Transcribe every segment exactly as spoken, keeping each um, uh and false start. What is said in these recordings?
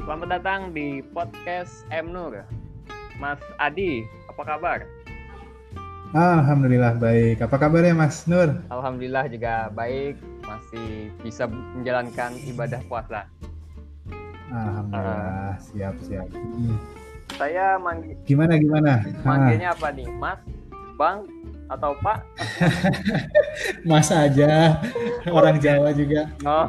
Selamat datang di podcast M Nur. Mas Adi, apa kabar? Alhamdulillah baik. Apa kabar ya Mas Nur? Alhamdulillah juga baik, masih bisa menjalankan ibadah puasa. Alhamdulillah, Uh, siap siap. Hmm. Saya manggil, Gimana gimana? Ah, manggilnya apa nih? Mas, Bang, atau Pak? Mas aja, orang Jawa juga. Oh,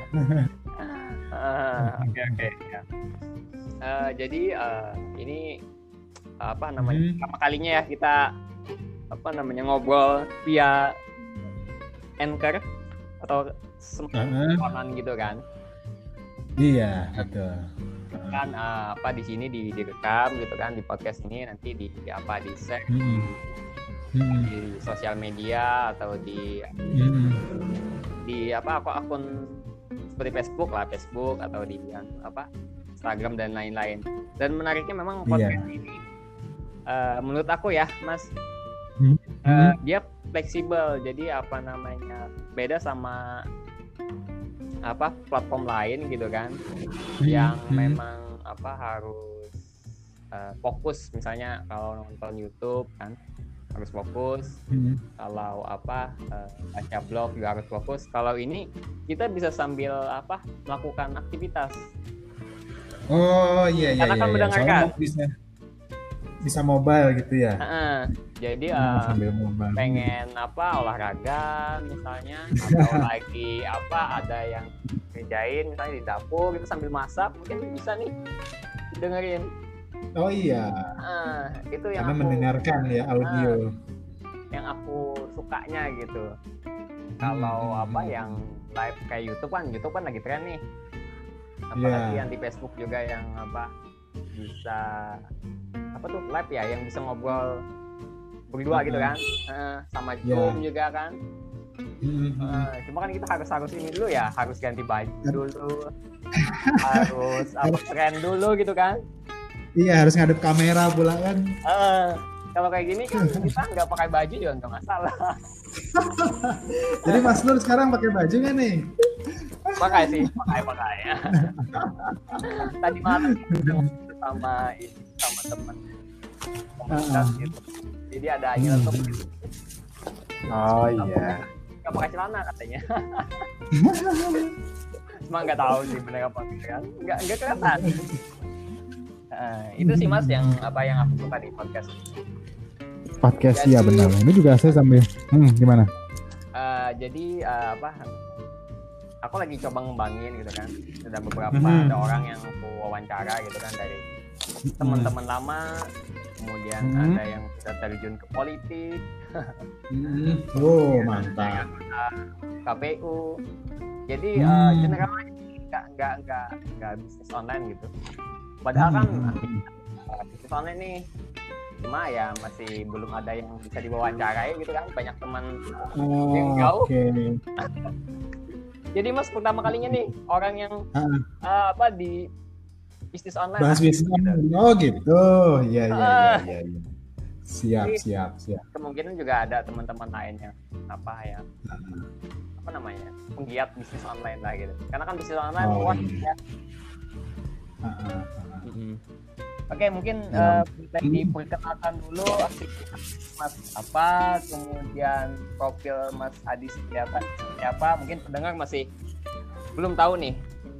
ah, oke oke. Ya. Eh, jadi eh, ini apa namanya? Hmm. Pertama kalinya ya kita apa namanya ngobrol via Anchor atau Ah, smartphone gitu kan. iya, betul. Kan eh, apa di sini di direkam gitu kan, di podcast ini nanti di, di apa di share Hmm. Hmm. di sosial media atau di Hmm. di apa aku akun seperti Facebook lah, Facebook atau di yang, apa Instagram dan lain-lain. Dan menariknya memang Iya. podcast ini eh, menurut aku ya Mas, Hmm. eh, Hmm. dia fleksibel, jadi apa namanya beda sama apa platform lain gitu kan, yang Hmm. memang apa harus eh, fokus, misalnya kalau nonton YouTube kan harus fokus, Hmm. kalau apa eh, baca blog juga harus fokus. Kalau ini kita bisa sambil apa melakukan aktivitas Oh iya iya karena iya. kan iya. mendengarkan. Soalnya bisa bisa mobile gitu ya. Heeh. Jadi Hmm, eh, sambil mobile. pengen apa olahraga misalnya, atau lagi apa ada yang kerjain misalnya di dapur gitu sambil masak, mungkin bisa nih dengerin. Oh iya, Ah, itu yang karena aku mendengarkan ya audio. yang aku sukanya gitu. Kalau Hmm. apa yang live kayak YouTube kan, YouTube kan lagi tren nih. Apalagi Iya. yang di Facebook juga yang apa bisa apa tuh live ya, yang bisa ngobrol berdua gitu kan. Eh, sama Iya. Zoom juga kan. Hmm. Eh, cuma kan kita harus harus ini dulu ya, harus ganti baju dulu, harus apa tren dulu gitu kan. Iya, harus ngadep kamera pula kan. Eh, kalau kayak gini kan kita nggak pakai baju juga nggak masalah. Jadi Mas Nur sekarang pakai baju nggak nih? Pakai sih, pakai pakai. Tadi malam itu sama ini sama teman komunitas Uh-uh. gitu. Jadi ada nyeletuk gitu. Oh iya. Nggak pakai celana katanya. Cuma nggak tahu sih benar apa enggak kan. Nggak nggak kelihatan. Nah, itu sih Mas yang apa yang aku suka di podcast. Podcast Jadi- ya benar. Ini juga saya sambil hmm, gimana? Eh, jadi eh, apa? Aku lagi coba ngembangin gitu kan. Ada beberapa Mhm. ada orang yang aku wawancara gitu kan dari teman-teman lama, kemudian Mhm. ada yang sudah terjun ke politik, Hmm. Oh mantap. K P U. Jadi Hmm. eh, general aja, nggak nggak nggak nggak bisnis online gitu. Padahal kan Hmm. eh, bisnis online nih cuma ya masih belum ada yang bisa diwawancarai gitu kan, banyak teman Oh, yang jauh. Oke. Jadi Mas pertama kalinya nih orang yang Ah, eh, apa di bisnis online bahas lah. bisnis online. Oh gitu. Iya iya iya Ah. iya. iya. Siap Jadi- siap siap. Kemungkinan juga ada teman-teman lain yang apa ya apa namanya penggiat bisnis online lah gitu, karena kan bisnis online Oh, luas iya. ya. Ah, ah, ah. Oke, mungkin Ya. eh, boleh diperkenalkan dulu aktivitas Mas apa, kemudian profil Mas Adi seperti apa, seperti apa. Mungkin pendengar masih belum tahu nih.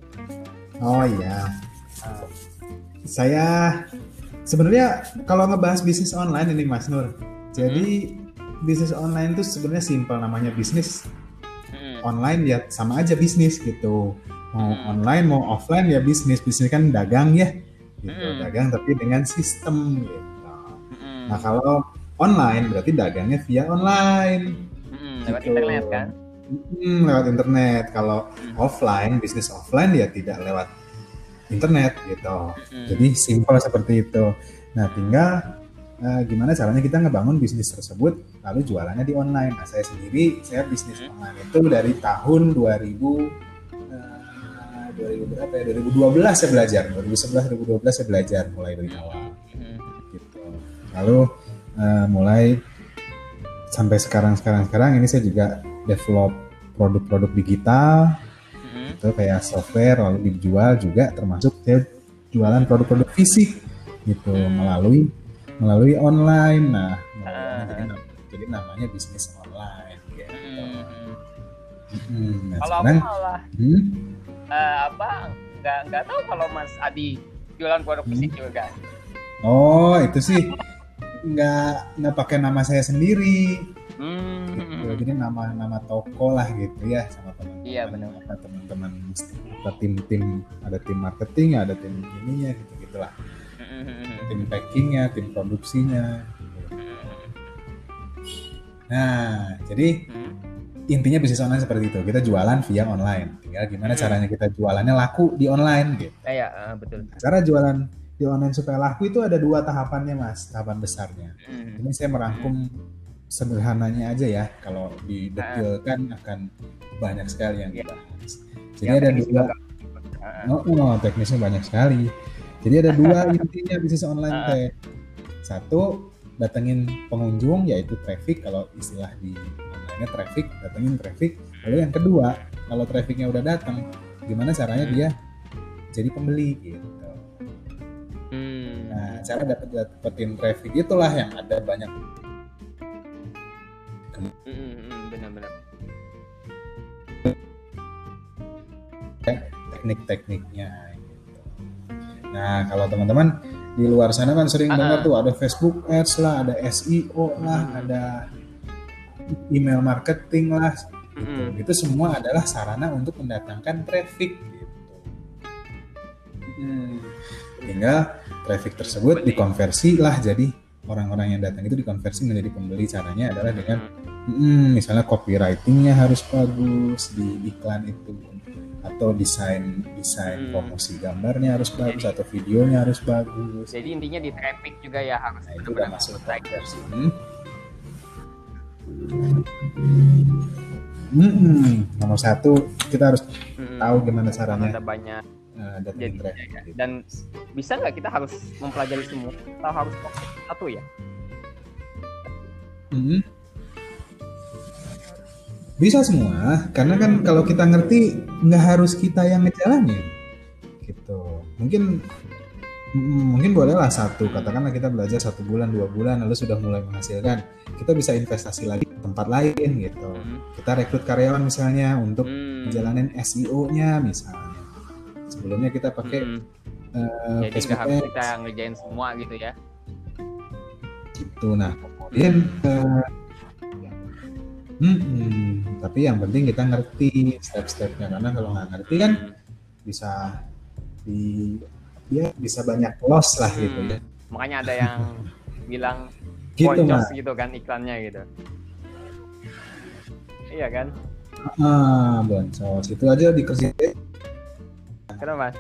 Oh iya. Ah, Saya sebenarnya kalau ngebahas bisnis online ini Mas Nur. Jadi bisnis online itu sebenarnya simpel, namanya bisnis hmm, online ya sama aja bisnis gitu. Mau Hmm. online mau offline ya bisnis. Bisnis kan dagang ya. Gitu. Hmm. Dagang tapi dengan sistem gitu. hmm, Nah, kalau online berarti dagangnya via online. hmm, lewat gitu. internet kan. Hmm, lewat internet. Kalau Hmm. offline, bisnis offline ya tidak lewat internet gitu. Hmm. Jadi simpel seperti itu. Nah, tinggal eh, gimana caranya kita ngebangun bisnis tersebut lalu jualannya di online. Nah, saya sendiri saya bisnis Hmm. online itu dari tahun dua ribu eh, dua ribu berapa ya? dua ribu dua belas saya belajar. dua ribu sebelas dua ribu dua belas saya belajar mulai dari awal Hmm. gitu. Lalu eh, mulai sampai sekarang sekarang sekarang ini saya juga develop produk-produk digital Hmm. itu kayak software lalu dijual juga, termasuk saya jualan produk-produk fisik gitu Hmm. melalui melalui online. Nah, Ah. jadi, jadi namanya bisnis online gitu. Hmm. Hmm, nah, Kalau aku sekarang, malah hmm, eh, apa nggak nggak tahu kalau Mas Adi jualan produk Hmm. fisik juga. oh itu sih nggak nggak pakai nama saya sendiri. Hmm. Gitu. Jadi nama nama toko lah gitu ya sama teman-teman. Iya, benar. Apa, teman-teman apa tim-tim ada tim marketing, ada tim ininya gitu gitulah. Hmm. Tim packingnya, tim produksinya. Nah, jadi Hmm. intinya bisnis online seperti itu. Kita jualan via online. Tinggal gimana Hmm. caranya kita jualannya laku di online gitu. Eh, ya, eh, betul. Cara jualan di online supaya laku itu ada dua tahapannya, Mas. Tahapan besarnya. Hmm. Ini saya merangkum sederhananya aja ya. Kalau didetilkan akan banyak sekali yang Iya. dibahas. Jadi Yang ada teknis dua. juga. Ah. Oh, oh, teknisnya banyak sekali. Jadi ada dua intinya bisnis online Ah. teh. Satu, datengin pengunjung yaitu traffic. Kalau istilah di online traffic, datengin traffic. Lalu yang kedua, kalau trafficnya udah datang, gimana caranya Hmm. dia jadi pembeli gitu. Hmm. Nah, cara dapet dapetin traffic itulah yang ada banyak Hmm, hmm, hmm, benar-benar. teknik-tekniknya gitu. Nah, kalau teman-teman di luar sana kan sering Ah, dengar ah. tuh ada Facebook Ads lah, ada S E O lah, Hmm. ada email marketing lah gitu. Hmm. Itu semua adalah sarana untuk mendatangkan traffic gitu. Hmm. Tinggal traffic tersebut dikonversi lah jadi orang-orang yang datang itu dikonversi menjadi pembeli. Caranya adalah dengan hmm, misalnya copywritingnya harus bagus di iklan itu, atau desain desain Hmm. promosi gambarnya harus bagus, atau videonya harus bagus. Jadi intinya di traffic juga ya harus Nah, itu udah benar-benar masuk baik. konversi. Hmm. Hmm, nomor satu kita harus Hmm. tahu gimana caranya Ada banyak. uh, datangin Jadi traffic. gitu. dan bisa nggak kita harus mempelajari semua atau harus fokus satu ya? Hmm. Bisa semua, karena kan kalau kita ngerti nggak harus kita yang ngejalanin, gitu. Mungkin mm, mungkin bolehlah satu, katakanlah kita belajar satu bulan, dua bulan, lalu sudah mulai menghasilkan, kita bisa investasi lagi ke tempat lain, gitu. Hmm. Kita rekrut karyawan misalnya untuk Hmm. menjalanin S E O-nya misalnya. Sebelumnya kita pakai Hmm. uh, Jadi nggak Facebook harus Ads, kita ngerjain semua gitu ya? gitu. Nah, kemudian uh, Hmm, tapi yang penting kita ngerti step-stepnya, karena kalau nggak ngerti kan Hmm. bisa di ya bisa banyak loss lah gitu Hmm. ya. Makanya ada yang bilang Gitu boncos Mas. gitu kan iklannya gitu. Iya kan? Ah, boncos itu aja dikerjain. Kenapa Mas?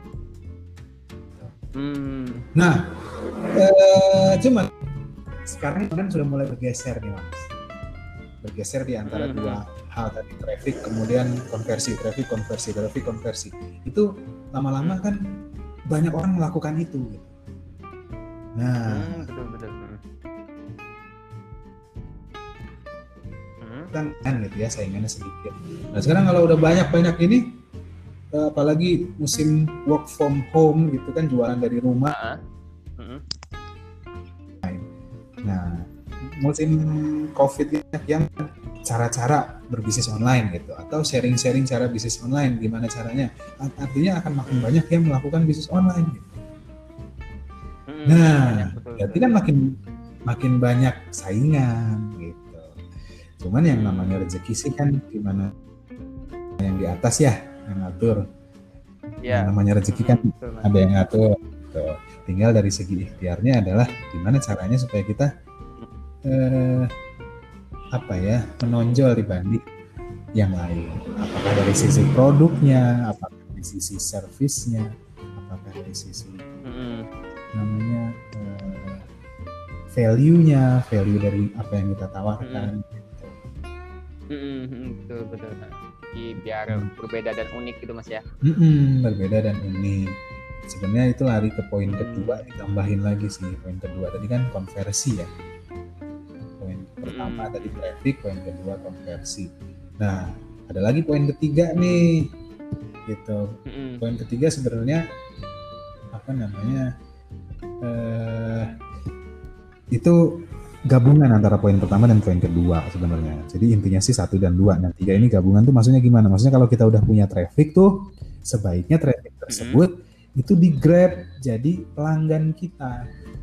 Hmm. Nah, eh, cuman sekarang kan sudah mulai bergeser nih Mas. Bergeser di antara Mhm. dua hal tadi, traffic kemudian konversi, traffic konversi, traffic konversi. Itu lama-lama kan banyak orang melakukan itu. Gitu. Nah, Hmm, betul betul. Hmm. Hmm. kan gitu ya, saingannya sedikit. Nah sekarang kalau udah banyak-banyak ini, eh, apalagi musim work from home gitu kan, jualan dari rumah. Ah. Hmm. Nah musim covid yang cara-cara berbisnis online gitu, atau sharing-sharing cara bisnis online, gimana caranya, artinya akan makin banyak yang melakukan bisnis online gitu. Hmm. Nah Banyak, betul, berarti betul. kan makin makin banyak saingan gitu. Cuman yang Hmm. namanya rezeki sih kan gimana yang di atas ya yang ngatur. Ya. Yang namanya rezeki kan Hmm, betul, Mas. ada yang ngatur gitu. Tinggal dari segi ikhtiarnya adalah gimana caranya supaya kita eh, apa ya, menonjol dibanding yang lain. Apakah dari sisi produknya, apakah dari sisi servisnya, apakah dari sisi Hmm. namanya eh, value-nya, value dari apa yang kita tawarkan. gitu. Hmm, hmm, betul betul. Jadi biar berbeda dan unik gitu Mas ya. Mm-mm, berbeda dan unik. Sebenarnya itu lari ke poin Hmm. kedua, ditambahin lagi sih poin kedua tadi kan konversi ya. Poin pertama Hmm. tadi traffic, poin kedua konversi. Nah, ada lagi poin ketiga nih, gitu. Hmm. Poin ketiga sebenarnya apa apa namanya eh, itu gabungan antara poin pertama dan poin kedua sebenarnya. Jadi intinya sih satu dan dua. Nah tiga ini gabungan tuh maksudnya gimana? Maksudnya kalau kita udah punya traffic tuh sebaiknya traffic tersebut mm-hmm. itu di grab jadi pelanggan kita.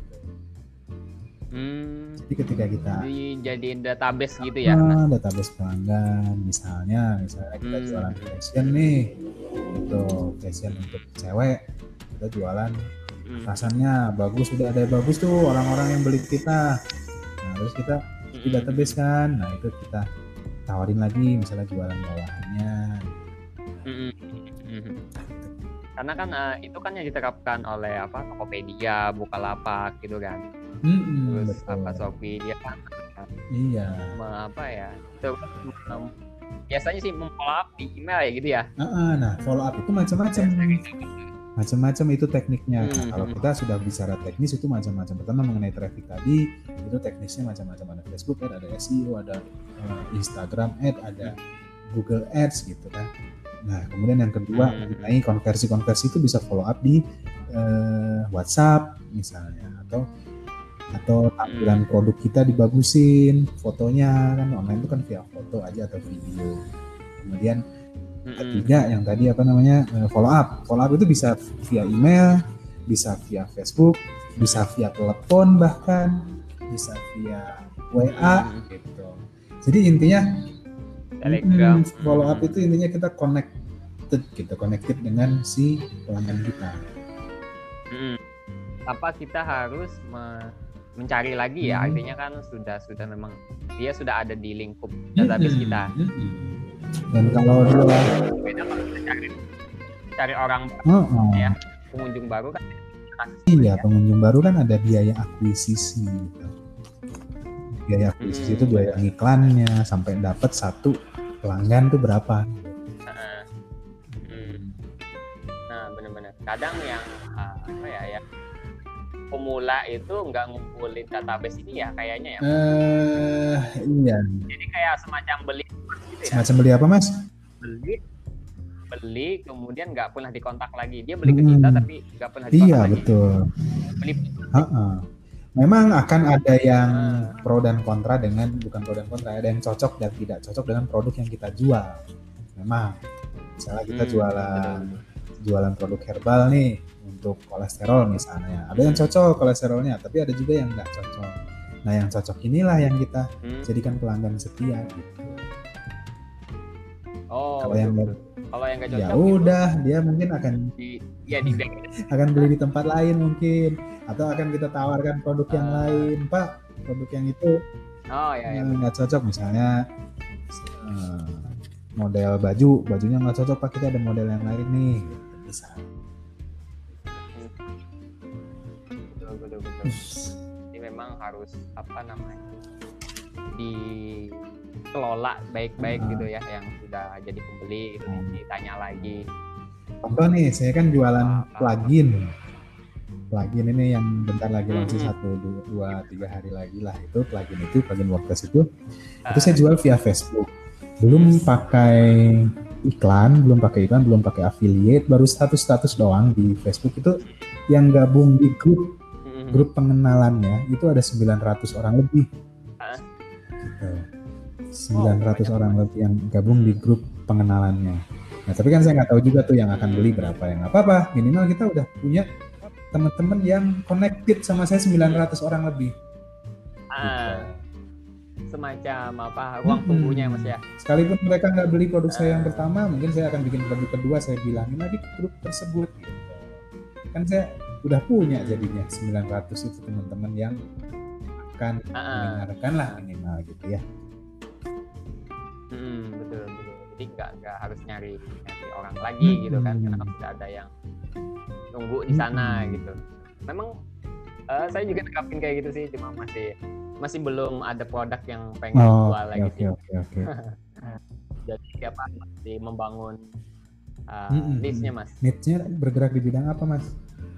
Hmm. Jadi ketika kita dijadiin database gitu ya? Nah, database pelanggan, misalnya, misalnya kita hmm. jualan fashion nih, itu fashion untuk cewek, kita jualan, hmm. rasanya bagus, sudah ada bagus tuh orang-orang yang beli kita. Nah, terus kita di database kan, nah itu kita tawarin lagi, misalnya jualan bawahannya. Hmm. Hmm. Karena kan uh, itu kan yang diterapkan oleh apa Tokopedia, Bukalapak gitu kan. Mm-mm, terus betul. apa Shopee dia kan iya apa ya itu um, biasanya sih memfollow up di email ya gitu ya. Uh-uh, nah follow up itu macam-macam macam-macam itu tekniknya. Hmm. Nah, kalau kita sudah bicara teknis itu macam-macam. Pertama mengenai traffic tadi itu teknisnya macam-macam, ada Facebook ad, ada S E O, ada uh, Instagram ad, ada Google Ads gitu kan. Nah kemudian yang kedua hmm. mengenai konversi-konversi itu bisa follow up di uh, WhatsApp misalnya, atau atau tampilan hmm. produk kita dibagusin fotonya kan, online itu kan via foto aja atau video. Kemudian hmm. ketiga yang tadi apa namanya follow up follow up itu bisa via email, bisa via Facebook, bisa via telepon, bahkan bisa via W A hmm. gitu. Jadi intinya Telegram hmm, follow up itu intinya kita connected gitu, connected dengan si pelanggan kita. Hmm. Apa kita harus me- mencari lagi ya, hmm. artinya kan sudah sudah memang dia sudah ada di lingkup database hmm. kita. Hmm. Dan kalau dia beda kalau kita cari cari orang oh, oh. ya, pengunjung baru kan. Iya, ya. Pengunjung baru kan ada biaya akuisisi. Gitu. Biaya akuisisi hmm. itu biaya iklannya sampai dapat satu pelanggan tuh berapa? Nah, hmm. nah benar-benar. Kadang yang uh, apa ya ya. pemula itu nggak ngumpulin database ini ya kayaknya ya. Uh, iya. Jadi kayak semacam beli gitu ya. Semacam beli apa mas? Beli, beli kemudian nggak pernah dikontak lagi. Dia beli ke kita hmm. tapi nggak pernah dikontak iya, lagi. Iya betul. Beli. Uh-uh. Memang akan ada yang uh. pro dan kontra dengan bukan pro dan kontra, ada yang cocok dan tidak cocok dengan produk yang kita jual. Memang, misalnya kita hmm, jualan betul. jualan produk herbal nih. Untuk kolesterol misalnya, ada yang cocok kolesterolnya, tapi ada juga yang nggak cocok. Nah yang cocok inilah yang kita hmm. jadikan pelanggan setia gitu. Oh, kalau yang kalau yang nggak cocok, ya udah gitu, dia mungkin akan di, ya di akan beli di tempat lain mungkin, atau akan kita tawarkan produk yang uh. lain, Pak, produk yang itu oh, ya, ya. nggak cocok misalnya uh, model baju, bajunya nggak cocok Pak, kita ada model yang lain nih, gitu, bisa. Jadi memang harus apa namanya dikelola baik-baik nah. gitu ya, yang sudah jadi pembeli itu hmm. ditanya lagi. Contoh nih, saya kan jualan ah, plugin, plugin ini yang bentar lagi hmm. launching satu dua, dua tiga hari lagi lah, itu plugin itu plugin WordPress itu, uh. itu saya jual via Facebook, belum pakai iklan, belum pakai iklan, belum pakai affiliate, baru status-status doang di Facebook itu yang gabung di grup grup pengenalannya itu ada sembilan ratus orang lebih. Huh? Gitu. sembilan ratus oh, orang lebih yang gabung di grup pengenalannya. Nah, tapi kan saya nggak tahu juga tuh yang akan beli berapa, yang apa-apa. Minimal kita udah punya teman-teman yang connected sama saya sembilan ratus orang lebih. Ah, gitu. Semacam apa ruang hmm. tunggunya Mas ya. Sekalipun mereka nggak beli produk ah. saya yang pertama, mungkin saya akan bikin produk kedua, saya bilangin lagi ke grup tersebut. Gitu. Kan saya udah punya jadinya sembilan ratus itu teman-teman yang akan uh-uh. mendengarkan lah minimal gitu ya. Hmm, betul betul. Jadi nggak nggak harus nyari nyari orang lagi hmm. gitu kan, karena kan sudah ada yang nunggu di sana hmm. gitu. Memang uh, saya juga terapin kayak gitu sih, cuma masih masih belum ada produk yang pengen oh, jual lagi okay, sih. Okay, okay. Jadi siapa masih membangun uh, hmm. listnya Mas. Niche-nya bergerak di bidang apa Mas?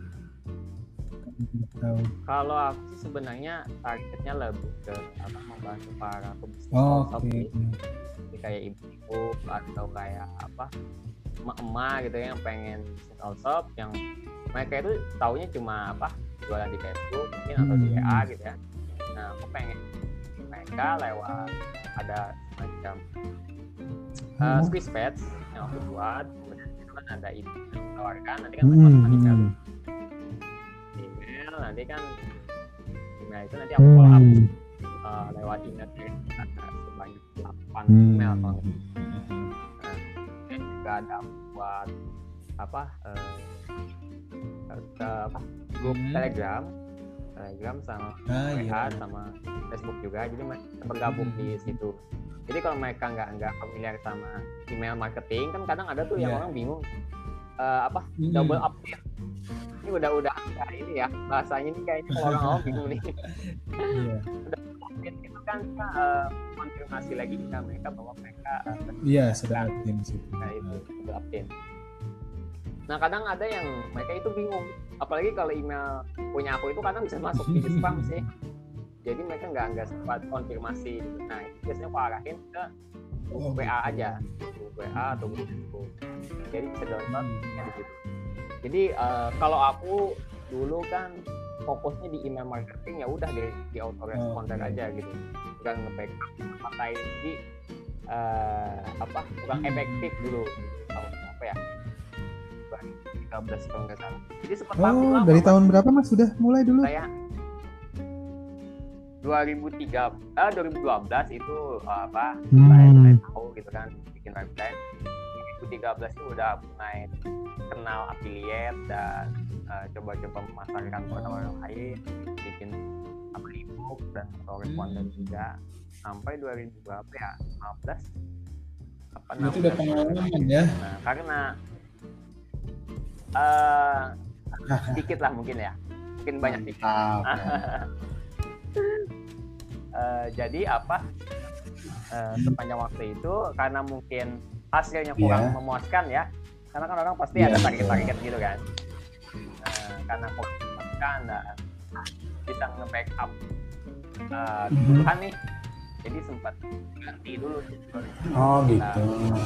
Kalau aku sih sebenarnya targetnya lebih ke apa, membantu para pebisnis oh, Shopee, okay. Jadi kayak ibu atau kayak apa emak-emak gitu ya yang pengen bisnis all shop, yang mereka itu taunya cuma apa jualan di Facebook mungkin atau di W A gitu ya. Nah aku pengen mereka lewat ada semacam uh, squeeze pads yang aku buat, kemudian itu kan ada email yang ditawarkan, nanti kan mereka Hmm, email hmm. email nanti kan email itu nanti aku follow up Hmm. uh, lewat email ada sebanyak delapan Hmm. email kalau nggak salah. Nah, dan juga ada buat apa uh, uh, apa grup Hmm. Telegram Telegram sama Ah, W A iya. sama Facebook juga, jadi mereka bergabung Hmm. di situ. Jadi kalau mereka nggak nggak familiar sama email marketing, kan kadang ada tuh yang Iya. orang bingung uh, apa Hmm. double opt-in. Ini udah udah udah ini ya bahasanya ini kayaknya kalau orang awam bingung nih. Iya. Opt-in itu kan kita uh, konfirmasi lagi ke mereka bahwa mereka uh, Iya, sudah opt-in di situ. nah, itu double opt-in. Nah kadang ada yang mereka itu bingung, apalagi kalau email punya aku itu kadang bisa masuk di spam sih. Jadi mereka nggak nggak sempat konfirmasi. Nah itu biasanya aku arahin ke Oh, W A gitu. aja, W A atau Facebook. Jadi bisa download ya di situ. Jadi uh, kalau aku dulu kan fokusnya di email marketing, ya udah di di autoresponder Oh, aja gitu, nggak nge-backup pakai. Jadi uh, apa kurang Hmm. efektif dulu tahun apa ya dua ribu tiga belas kalau nggak salah. Jadi sempat Oh, vakum lama, dari Mas. tahun berapa Mas sudah mulai dulu? Saya dua ribu tiga eh dua ribu dua belas itu uh, apa Hmm. saya mulai tahu gitu kan bikin website. dua ribu tiga belas itu udah mulai kenal affiliate dan uh, coba-coba memasarkan kepada orang lain, bikin apa ebook dan autoresponder Hmm. juga sampai dua ribu berapa ya lima belas apa Itu udah pengalaman ya. Nah karena uh, sedikit lah mungkin ya mungkin banyak dikit. Mantap. Uh, jadi apa uh, sepanjang waktu itu karena mungkin hasilnya kurang Iya. memuaskan ya, karena kan orang pasti Iya, ada target-target gitu kan. Uh, karena kurang memuaskan dan bisa nge-backup uh, kebutuhan nih, jadi sempat ganti dulu. Oh gitu.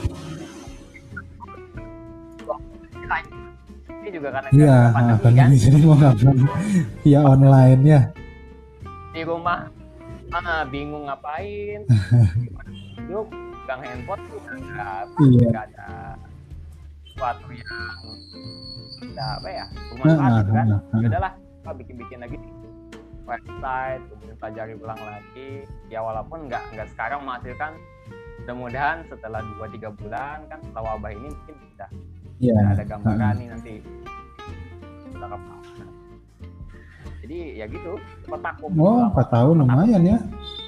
Ini juga karena Iya, pandemi pandemi kan, jadi mau ngapain? Ya online ya. di rumah ah, bingung ngapain. Yuk, pegang handphone tuh nggak Iya. nggak ada sesuatu yang nggak apa ya Nah, bermanfaat gitu kan. nah, nah. Ya udahlah, kita bikin-bikin lagi nih website, kemudian pelajari ulang lagi. Ya walaupun nggak nggak sekarang menghasilkan, mudah-mudahan setelah dua tiga bulan kan setelah wabah ini mungkin sudah Iya. sudah ada gambaran nih nanti. Sudah apa. Jadi ya gitu, sempat vakum. Oh, empat tahun lumayan ya.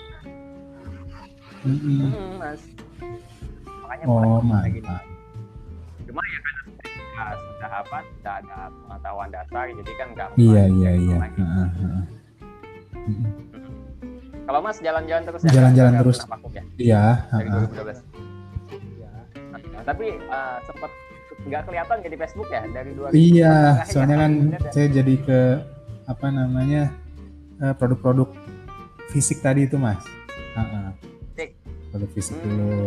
Mm-mm. Hmm, Mas. Makanya Oh, mulai lagi nih. mantap. Cuma ya kan sudah, sudah apa sudah ada pengetahuan dasar, jadi kan nggak Iya, mulai iya, dari iya. nol lagi. Heeh, heeh. Mm-mm. Kalau Mas jalan-jalan terus ya, Jalan-jalan nggak terus. pernah vakum ya Iya, dari dua heeh. ribu dua belas. Nah, tapi uh, sempat nggak kelihatan ya di Facebook ya dari dua ribu Iya, terakhir ya, soalnya kan kemudian ya. saya jadi ke apa namanya eh, produk-produk fisik tadi itu Mas. Heeh. Fisik. Produk fisik Hmm. dulu.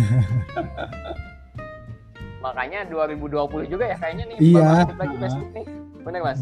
Makanya dua ribu dua puluh juga ya kayaknya nih Iya. baru aktif lagi Uh-huh. Facebook nih, benar Mas?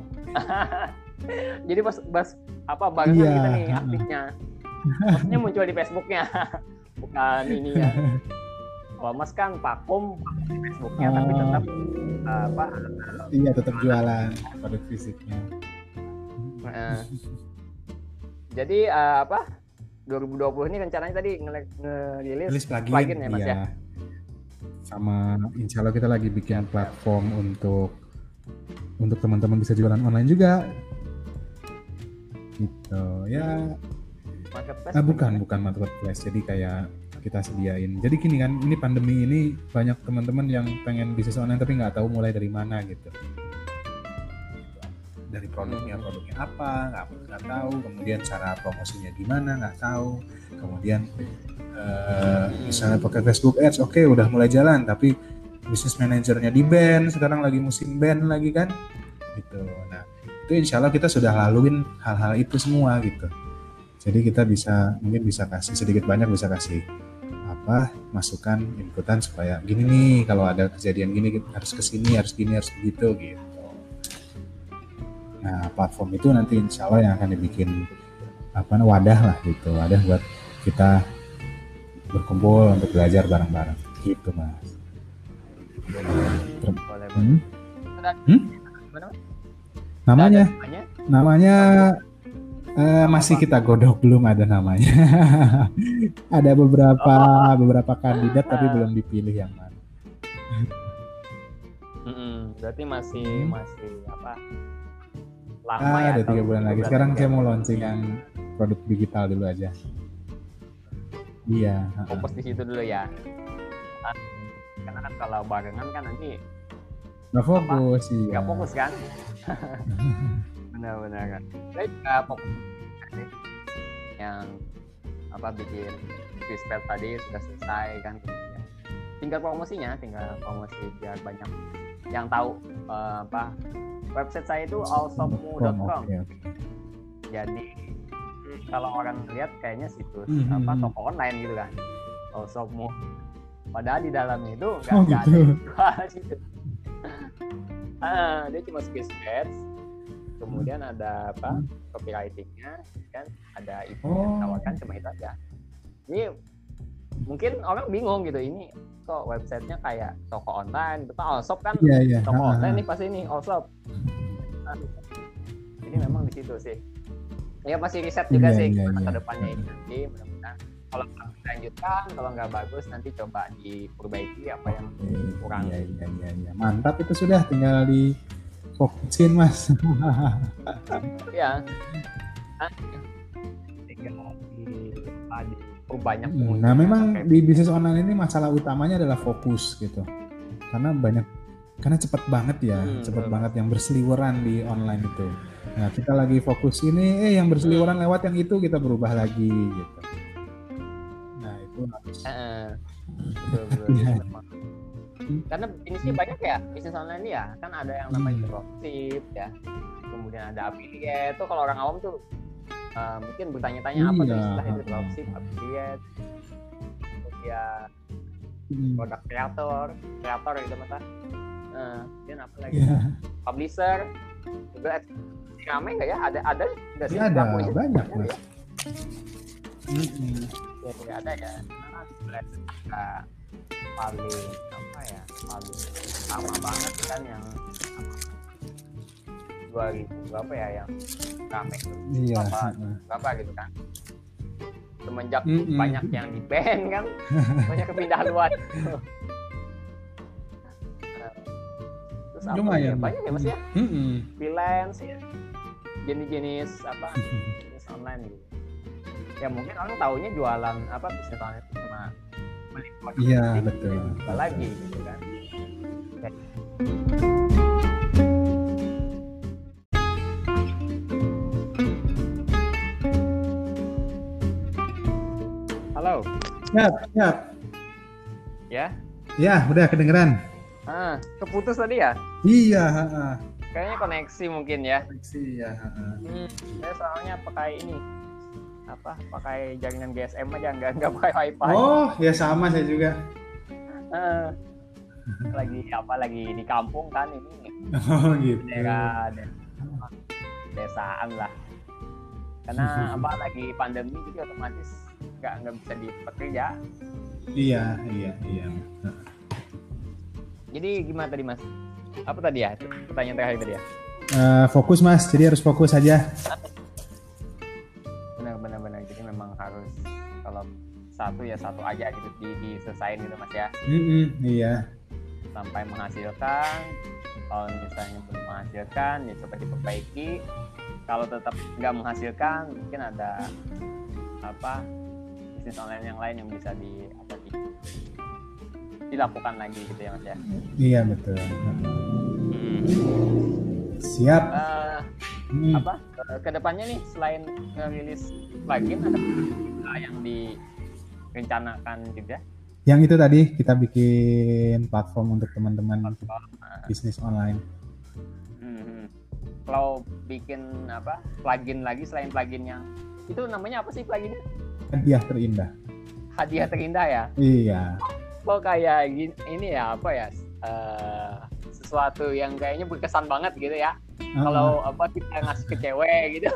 Jadi pas pas apa barengan Iya, kita nih uh-uh. aktifnya, maksudnya muncul di Facebooknya, bukan ini ya. Kalau Mas kan vakum di Facebooknya, tapi Oh. tetap uh, apa? Iya, tetap jualan produk fisiknya. Uh, jadi uh, apa? dua ribu dua puluh ini rencananya tadi nge- ngerilis Tulis plugin, plugin ya Mas iya. ya? Sama insya Allah kita lagi bikin Siap, siap. platform untuk untuk teman-teman bisa jualan online juga. Gitu ya. Marketplace Ah, bukan, gimana? bukan marketplace. Jadi kayak kita sediain. Jadi gini kan, ini pandemi ini banyak teman-teman yang pengen bisnis online tapi nggak tahu mulai dari mana gitu. Dari produknya, Hmm. produknya apa, nggak nggak tahu. Kemudian cara promosinya gimana, nggak tahu. Kemudian eh, misalnya pakai Facebook Ads, oke udah mulai jalan, tapi bisnis manajernya di ban, sekarang lagi musim ban lagi kan, gitu. Nah itu insya Allah kita sudah laluin hal-hal itu semua gitu. Jadi kita bisa mungkin bisa kasih sedikit banyak bisa kasih apa apa masukan inputan supaya gini nih kalau ada kejadian gini harus kesini harus gini harus begitu gitu. Nah platform itu nanti insya Allah yang akan dibikin apa wadah lah gitu, wadah buat kita berkumpul untuk belajar bareng-bareng gitu mas. Boleh, boleh. Hmm? Hmm? Namanya, namanya, namanya uh, masih kita godok, belum ada namanya. Ada beberapa oh. beberapa kandidat tapi belum dipilih yang mana. Mm-mm, berarti masih hmm. masih apa? Lama ah, ya? Ada tiga bulan lagi. Sekarang saya mau launching yang produk digital dulu aja. Iya. Fokus di situ dulu ya. Karena kan kalau barengan kan nanti nggak fokus sih. Nggak fokus kan? Benar-benar kan. Saya juga fokus yang apa bikin Quizpad tadi sudah selesai kan. Tinggal promosinya, tinggal promosi biar banyak yang tahu uh, apa website saya itu allsopmu dot com. Okay, okay. Jadi kalau orang lihat kayaknya situs mm-hmm. apa toko online gitu kan, allsopmu. Padahal di dalamnya itu nggak oh, gitu. Ada gitu. ah, dia cuma Quizpad, kemudian ada apa copywritingnya, kan ada itu oh. yang ditawarkan cuma itu aja. Ini mungkin orang bingung gitu, ini kok websitenya kayak toko online, itu allshop kan yeah, yeah. toko uh-huh. online nih pasti nih allshop. Nah, jadi memang di situ sih. Ya masih riset juga yeah, sih yeah, yeah. ke depannya ini nanti mudah-mudahan kalau dilanjutkan, kalau nggak bagus nanti coba diperbaiki apa yang kurang. Iya iya iya ya. Mantap itu sudah tinggal di fokusin mas. Ya. Tinggal di banyak. Nah memang di bisnis online ini masalah utamanya adalah fokus gitu. Karena banyak karena cepat banget ya, hmm, cepat banget yang berseliweran di online itu. Nah kita lagi fokus ini, eh yang berseliweran hmm. lewat yang itu kita berubah lagi gitu. Nah itu harus. Uh, betul, betul, betul. Karena bisnisnya banyak ya, bisnis online ya, kan ada yang namanya hmm. dropship ya, kemudian ada affiliate. Tuh kalau orang awam tuh uh, mungkin bertanya-tanya iya. apa tuh istilah itu dropship, affiliate, kemudian hmm. produk kreator, kreator gitu mata. Nah, kemudian apa lagi? Yeah. Publisher, juga ramai nggak ya? Ada ada nggak sih? Ya, ada banyak mas. Ya? Mm-hmm. Ya tidak ada ya. Nah, paling apa ya? Paling sama banget kan yang dua ribu berapa ya yang ramai itu? Iya. Apa, berapa gitu kan? Semenjak mm-hmm. banyak yang di ban kan, banyak kepindah luar. Lumayan ya? Banyak ya mas ya, mm-hmm. freelance ya, jenis-jenis apa bisnis online gitu. Ya mungkin orang taunya jualan apa bisnis online itu cuma beli produk, iya betul, betul lagi gitu kan. Okay. Halo. Siap, siap. Ya. Ya, udah kedengeran. Ah, keputus tadi ya? Iya. Ha-ha. Kayaknya koneksi mungkin ya. Koneksi ya. Hmm, saya soalnya pakai ini, apa? Pakai jaringan G S M aja, nggak nggak pakai WiFi. Oh, ya sama saya juga. Ah, lagi apa? Lagi di kampung kan ini. Oh gitu. Daerah, daerah desaan lah. Karena apa? Lagi pandemi jadi otomatis nggak nggak bisa dipekerja. Iya, iya, iya. Jadi gimana tadi mas? Apa tadi ya? Pertanyaan terakhir tadi ya? Uh, fokus mas, jadi harus fokus aja. Benar-benar benar. Jadi memang harus kalau satu ya satu aja gitu di diselesain gitu mas ya? Mm-hmm, iya. Sampai menghasilkan. Kalau misalnya belum menghasilkan, ya coba diperbaiki. Kalau tetap nggak menghasilkan, mungkin ada apa bisnis online yang lain yang bisa di apa di dilakukan lagi gitu ya mas ya. Iya betul. Hmm. Siap. Uh, hmm. Apa kedepannya nih selain ngerilis plugin ada yang direncanakan juga? Yang itu tadi kita bikin platform untuk teman-teman platform, uh. bisnis online. Hmm. Kalau bikin apa plugin lagi selain plugin yang itu namanya apa sih pluginnya? Hadiah terindah. hadiah terindah ya. Iya. Kok kayak gini, ini ya apa ya? Uh, sesuatu yang kayaknya berkesan banget gitu ya. Uh-huh. Kalau apa kita ngasih ke cewek gitu.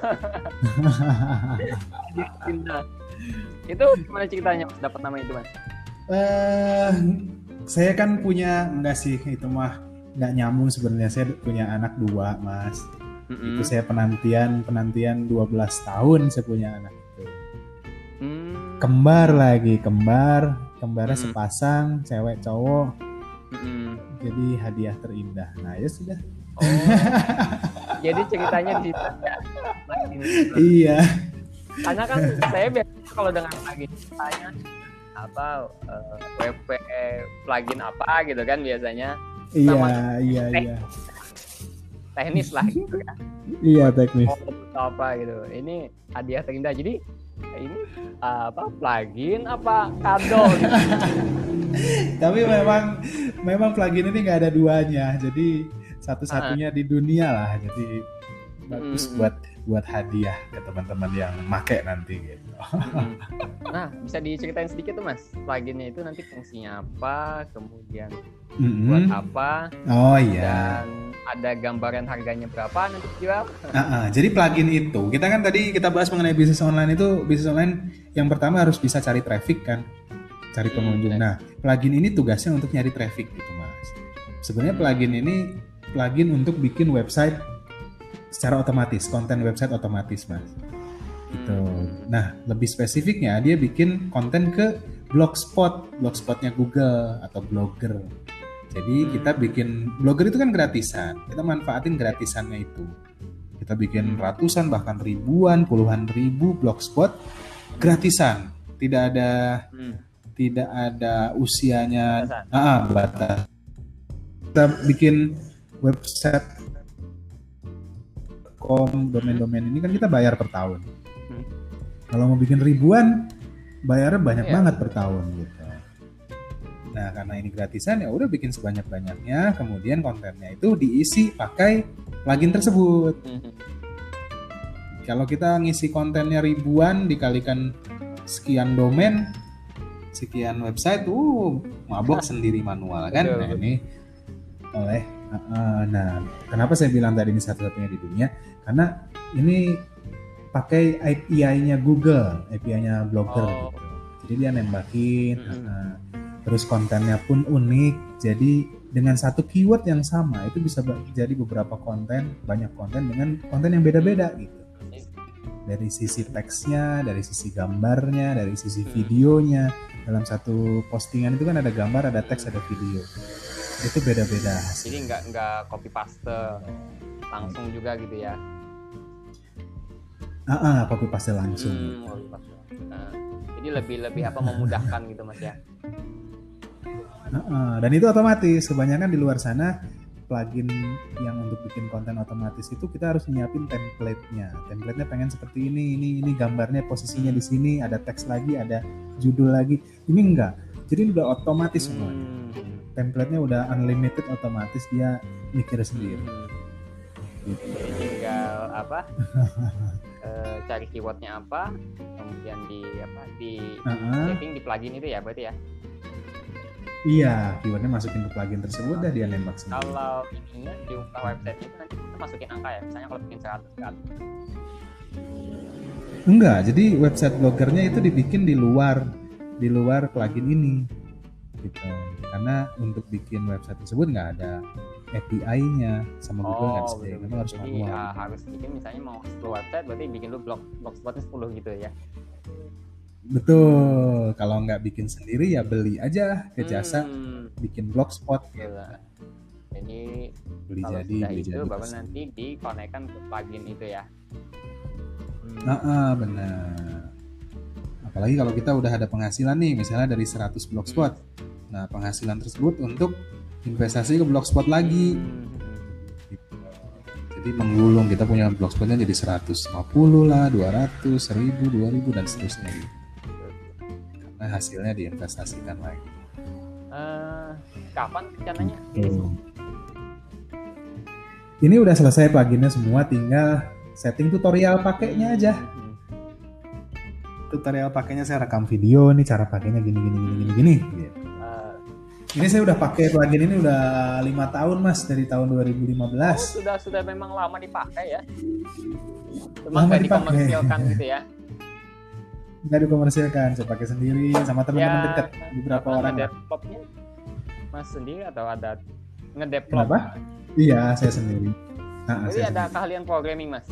Hadiah terindah. Itu gimana ceritanya Mas dapat nama itu Mas? Uh, saya kan punya, enggak sih itu mah nggak nyambung sebenarnya. Saya punya anak dua Mas. Mm-hmm. Itu saya penantian penantian dua belas tahun saya punya anak itu. Mm. Kembar lagi, kembar, kembarnya mm-hmm. sepasang, cewek cowok. Mm-hmm. Jadi hadiah terindah. Nah, ya sudah. Oh. Jadi ceritanya di Iya. Karena kan saya biasanya kalau dengan plugin tanya apa uh, W P plugin apa gitu kan biasanya. Iya, iya, iya. Teknis lah gitu kan. Iya, teknis. Atau apa gitu. Ini hadiah terindah. Jadi ini uh, apa plugin apa kado gitu. Tapi memang memang plugin ini nggak ada duanya. Jadi satu-satunya uh. di dunia lah. Jadi bagus hmm. buat buat hadiah ke teman-teman yang make nanti gitu. Hmm. Nah, bisa diceritain sedikit tuh Mas, pluginnya itu nanti fungsinya apa, kemudian mm-hmm. buat apa? Oh iya. Dan ada gambaran harganya berapa nanti jual? Uh-uh. Jadi plugin itu, kita kan tadi kita bahas mengenai bisnis online itu, bisnis online yang pertama harus bisa cari traffic kan, cari pengunjung. Hmm, nah, plugin ini tugasnya untuk nyari traffic gitu Mas. Sebenarnya hmm. plugin ini plugin untuk bikin website secara otomatis, konten website otomatis Mas. Gitu. Hmm. Nah, lebih spesifiknya dia bikin konten ke Blogspot, Blogspotnya Google atau Blogger. Jadi hmm. kita bikin Blogger itu kan gratisan, kita manfaatin gratisannya itu. Kita bikin ratusan bahkan ribuan, puluhan ribu Blogspot gratisan, tidak ada hmm. tidak ada usianya, ah batas. Kita bikin website com, domain-domain ini kan kita bayar per tahun. Hmm. Kalau mau bikin ribuan, bayarnya banyak yeah. banget per tahun gitu. Nah, karena ini gratisan ya udah bikin sebanyak-banyaknya, kemudian kontennya itu diisi pakai plugin tersebut. Hmm. Kalau kita ngisi kontennya ribuan dikalikan sekian domain, sekian website, uh, mabok sendiri manual kan. Nah, ini oleh uh, nah, kenapa saya bilang tadi ini satu-satunya di dunia? Karena ini pakai A P I-nya Google, A P I-nya Blogger oh. gitu. Jadi dia nembakin, mm-hmm. uh, terus kontennya pun unik. Jadi dengan satu keyword yang sama itu bisa jadi beberapa konten, banyak konten dengan konten yang beda-beda gitu. Dari sisi teksnya, dari sisi gambarnya, dari sisi videonya. Dalam satu postingan itu kan ada gambar, ada teks, ada video. Itu beda-beda. Jadi nggak nggak copy paste langsung juga gitu ya? Ah, ah copy paste langsung. Hmm, copy paste. Nah, jadi lebih lebih apa memudahkan gitu Mas ya? Ah, ah, dan itu otomatis. Kebanyakan di luar sana plugin yang untuk bikin konten otomatis itu kita harus nyiapin template-nya. Template-nya pengen seperti ini, ini, ini gambarnya posisinya di sini, ada teks lagi, ada judul lagi. Ini enggak. Jadi udah otomatis hmm. semuanya. Template-nya udah unlimited, otomatis dia mikir sendiri. Hmm. Gitu. Jadi tinggal apa? e, cari keywordnya apa, kemudian di apa di uh-huh. setting di plugin itu ya berarti ya? Iya, keywordnya masukin ke plugin tersebut, dah dia nembak sendiri. Kalau ininya diunggah website itu nanti kita masukin angka ya, misalnya kalau bikin seratus kali. Enggak, jadi website bloggernya itu dibikin di luar di luar plugin ini, gitu. Karena untuk bikin website tersebut nggak ada A P I-nya sama Google nggak oh, disediakan, memang harus jadi, manual. Ya, harus bikin misalnya mau sepuluh website, berarti bikin lu blog blogspotnya sepuluh gitu ya? Betul, kalau nggak bikin sendiri ya beli aja ke jasa hmm. bikin blogspot gitu. Jadi beli kalau jadi, sudah beli itu jadi baru nanti dikonekkan ke plugin itu ya. Hmm. Nah, ah, benar. Apalagi kalau kita udah ada penghasilan nih, misalnya dari seratus blogspot. Hmm. Nah, penghasilan tersebut untuk investasi ke blogspot lagi. Hmm. Gitu. Jadi menggulung, kita punya blogspotnya jadi seratus lima puluh lah, dua ratus, seribu, dua ribu dan seterusnya gitu. Nah, hasilnya diinvestasikan lagi. Uh, kapan rencananya? Hmm. Ini udah selesai pluginnya semua, tinggal setting tutorial pakainya aja. tutorial pakainya saya rekam video nih, cara pakainya gini gini gini gini gini. Gitu. Uh, Ini saya udah pakai plugin ini udah lima tahun mas, dari tahun dua ribu lima belas. Oh, sudah sudah memang lama dipakai ya. Cuma Lama nggak dipakai. dikomersilkan gitu ya. Nggak dikomersilkan, saya pakai sendiri sama teman-teman Ya, dekat, beberapa apa, orang. ngedevelopnya Mas sendiri atau ada ngedevelop? Kenapa? Iya, saya sendiri. Nah, Jadi saya ada sendiri. keahlian programming mas?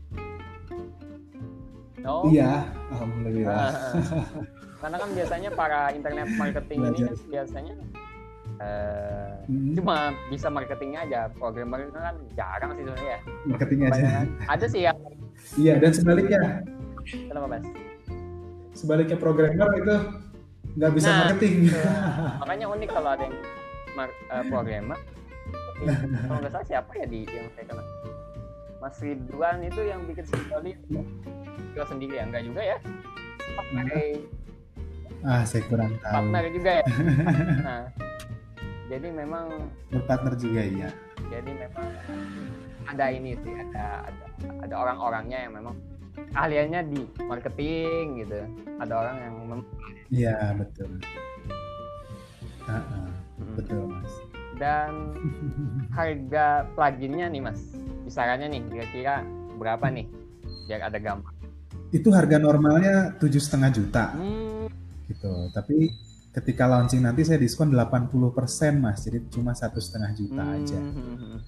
Oh, Iya, alhamdulillah. ah, ah. Karena kan biasanya para internet marketing ini Belajar. kan biasanya eh, Hmm, cuma bisa marketingnya aja, programmer itu kan jarang sih sebenarnya. marketing aja. Kebanyakan ada sih yang Iya, dan sebaliknya, kenapa mas? sebaliknya programmer itu nggak bisa Nah, marketing. Makanya unik kalau ada yang mar- eh, programmer. Kalau nggak salah siapa ya di yang saya kenal? Mas Ridwan itu yang bikin sekali juga sendiri ya? Enggak juga ya? Pakai Ah, saya kurang tahu. partner juga ya. Nah, jadi memang Berpartner juga ya. jadi memang ada ini sih, ada ada ada orang-orangnya yang memang ahliannya di marketing gitu. Ada orang yang memang Iya, betul. Ah, ah, hmm. betul mas. Dan harga pluginnya nih mas, kisarannya nih kira-kira berapa nih? Biar ada gambar. Itu harga normalnya tujuh setengah juta Hmm, gitu. Tapi ketika launching nanti saya diskon delapan puluh persen mas. Jadi cuma satu setengah juta aja. hmm, hmm, hmm.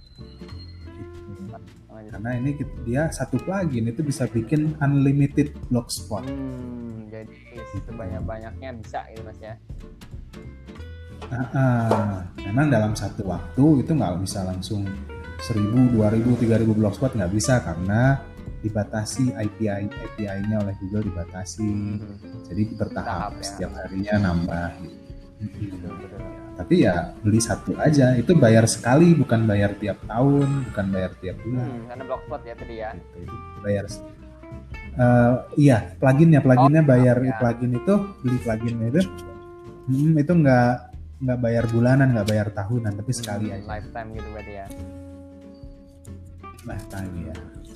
Gitu. Karena ini kit- dia satu plugin itu bisa bikin unlimited blogspot. Hmm, jadi sebanyak-banyaknya bisa gitu mas ya. Ah, ah. Memang dalam satu waktu itu nggak bisa langsung seribu, dua ribu, tiga ribu blogspot, nggak bisa karena dibatasi A P I A P I-nya oleh Google dibatasi. Hmm, Jadi bertahap, Bertahap, ya. setiap harinya nambah gitu. betul, betul. Tapi ya beli satu aja, itu bayar sekali, bukan bayar tiap tahun, bukan bayar tiap bulan. Hmm, karena blogspot ya tadi ya. Gitu. Itu bayar. Eh, iya, pluginnya, pluginnya Oh, bayar ya. plugin itu, beli pluginnya itu, hmm, itu nggak nggak bayar bulanan, nggak bayar tahunan, tapi sekali Hmm, aja. lifetime gitu berarti ya. Lifetime ya.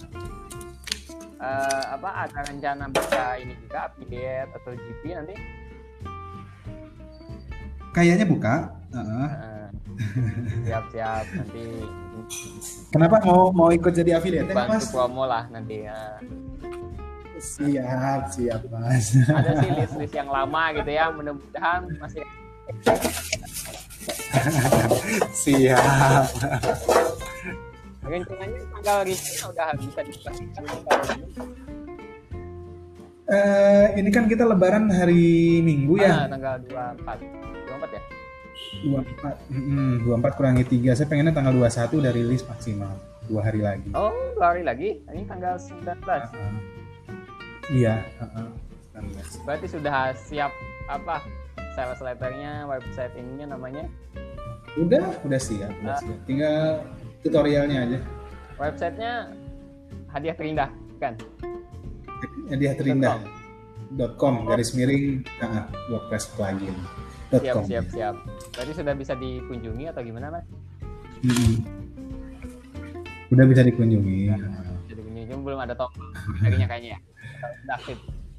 Eh, apa ada rencana bisa ini juga affiliate atau G P nanti? Kayaknya buka. Heeh. Eh, siap-siap nanti Kenapa mau mau ikut jadi affiliate ya, bantu Mas? promo lah nanti. eh. Siap, siap, Mas. Ada sih list-list yang lama gitu ya, mudah-mudahan masih Siap. rencananya tanggal reachnya udah bisa dipastikan. Eh, ini kan kita lebaran hari Minggu Ah, ya. tanggal dua puluh empat. dua puluh empat ya? dua puluh empat. Mm, dua puluh empat kurangi tiga. Saya pengennya tanggal dua puluh satu udah rilis maksimal. Dua hari lagi. Oh, dua hari lagi. Ini tanggal sembilan belas. Uh-uh. Iya, uh-uh. sembilan belas. Berarti sudah siap apa? Sales letternya, website ininya namanya. Udah, udah siap, udah siap. Tinggal tutorialnya aja. Websitenya hadiah terindah kan? Hadiah terindah. .com garis miring uh, WordPress plugin. Siap, siap, siap. Berarti sudah bisa dikunjungi atau gimana, Mas? Mm-hmm. Udah bisa dikunjungi. Jadi kunjungi belum ada tombol darinya kayaknya ya. Sudah aktif.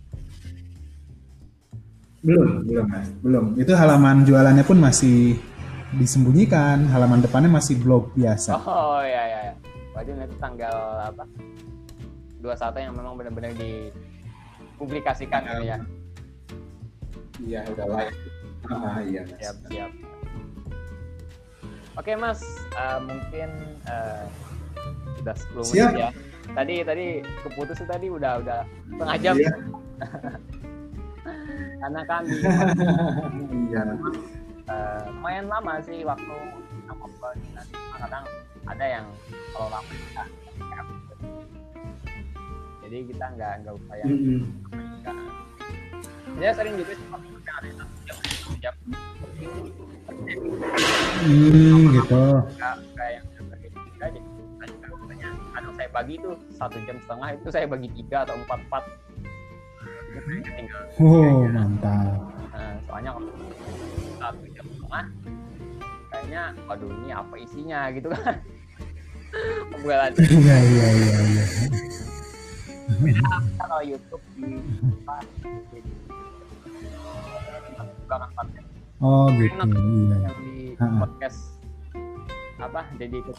Belum, belum, Mas. Belum. Itu halaman jualannya pun masih disembunyikan. Halaman depannya masih blog biasa. Oh iya iya. iya. Berarti nanti tanggal apa? dua puluh satu yang memang benar-benar dipublikasikan gitu ya. Iya, udah live. Ah, iya, Mas. Siap, siap. Oke, Mas, uh, mungkin uh, udah sepuluh Siap. menit ya. Tadi tadi keputus tadi udah udah setengah jam. Iya. Karena kan di Iya. uh, lumayan lama sih waktu kita ngobrol ini. Nanti kadang ada yang kalau lama kita jadi kita nggak nggak upaya. Mm-hmm. Saya sering juga sih waktu yang ada satu jam satu jam Hmm, gitu. nggak kayak yang saya bagi tiga aja. Saya juga katanya kadang saya bagi itu satu jam setengah itu saya bagi tiga atau empat empat. Tinggal. Oh, mantap. Nah, soalnya kalau satu jam setengah kayaknya waduh ini apa isinya gitu kan. Obrolan. Iya, iya, iya, iya. Beda kalau YouTube di apa, di bukan konten Oh gitu. enak Iya. yang di Ha-ha. podcast apa jadi ikut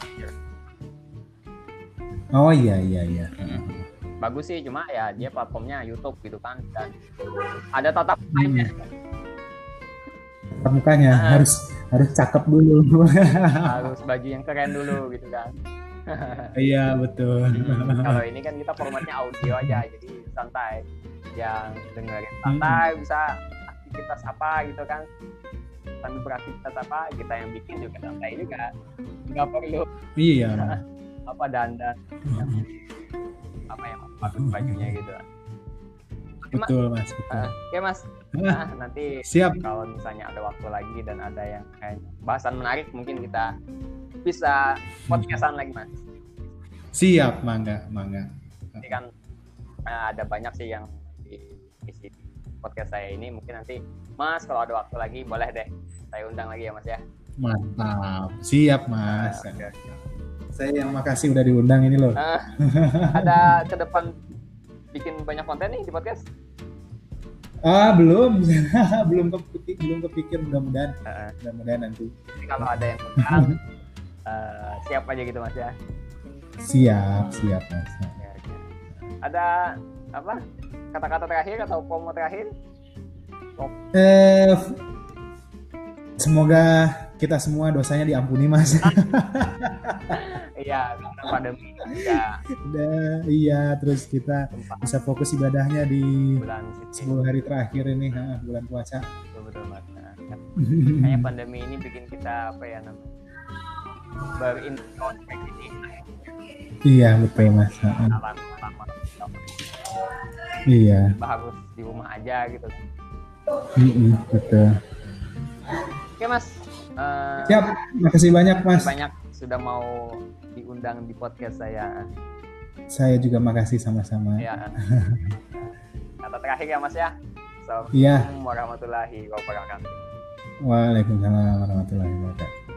Oh iya iya iya. bagus sih, cuma ya dia platformnya YouTube gitu kan, dan ada tatap mukanya. Tatap mukanya Ah. harus harus cakep dulu. Harus baju yang keren dulu gitu kan. Iya betul. Hmm, kalau ini kan kita formatnya audio aja, jadi santai, yang dengerin santai bisa aktivitas apa gitu kan, sambil beraktivitas apa kita yang bikin juga santai juga, nggak perlu Iya. apa dandan yang apa yang bagus bajunya gitu. Cuma, Betul mas. Betul. uh, oke mas, nah, nanti Siap. kalau misalnya ada waktu lagi dan ada yang kayak bahasan menarik, mungkin kita bisa podcastan lagi mas. Siap, mangga, mangga. Ini kan uh, ada banyak sih yang di isi podcast saya ini, mungkin nanti mas kalau ada waktu lagi boleh deh saya undang lagi ya mas ya. Mantap. Siap mas. Uh, okay. Saya yang makasih udah diundang ini loh. Uh, ada ke depan bikin banyak konten nih di podcast? Ah belum, belum kepikir, belum kepikir mudah-mudahan, Uh, mudah-mudahan nanti. Jadi kalau ada yang undang, uh, siap aja gitu mas ya. Siap, siap mas. Ya, ya. Ada apa kata-kata terakhir atau promo terakhir? Eh, semoga kita semua dosanya diampuni mas. Iya, karena pandemi juga Udah, iya, terus kita tempat bisa fokus ibadahnya di bulan suci. sepuluh hari terakhir ini, ha, bulan puasa. Betul-betul mas. Nah, kan, kayaknya pandemi ini bikin kita apa ya namanya berintrospeksi Iya, betul mas. Ha, ha. alam lama Iya, harus di rumah aja gitu. mm-mm, betul. Oke mas, uh, Siap, makasih banyak mas. banyak sudah mau diundang di podcast saya. Saya juga makasih sama-sama. Ya. Kata terakhir ya mas ya. Assalamualaikum Iya. warahmatullahi wabarakatuh. Waalaikumsalam warahmatullahi wabarakatuh.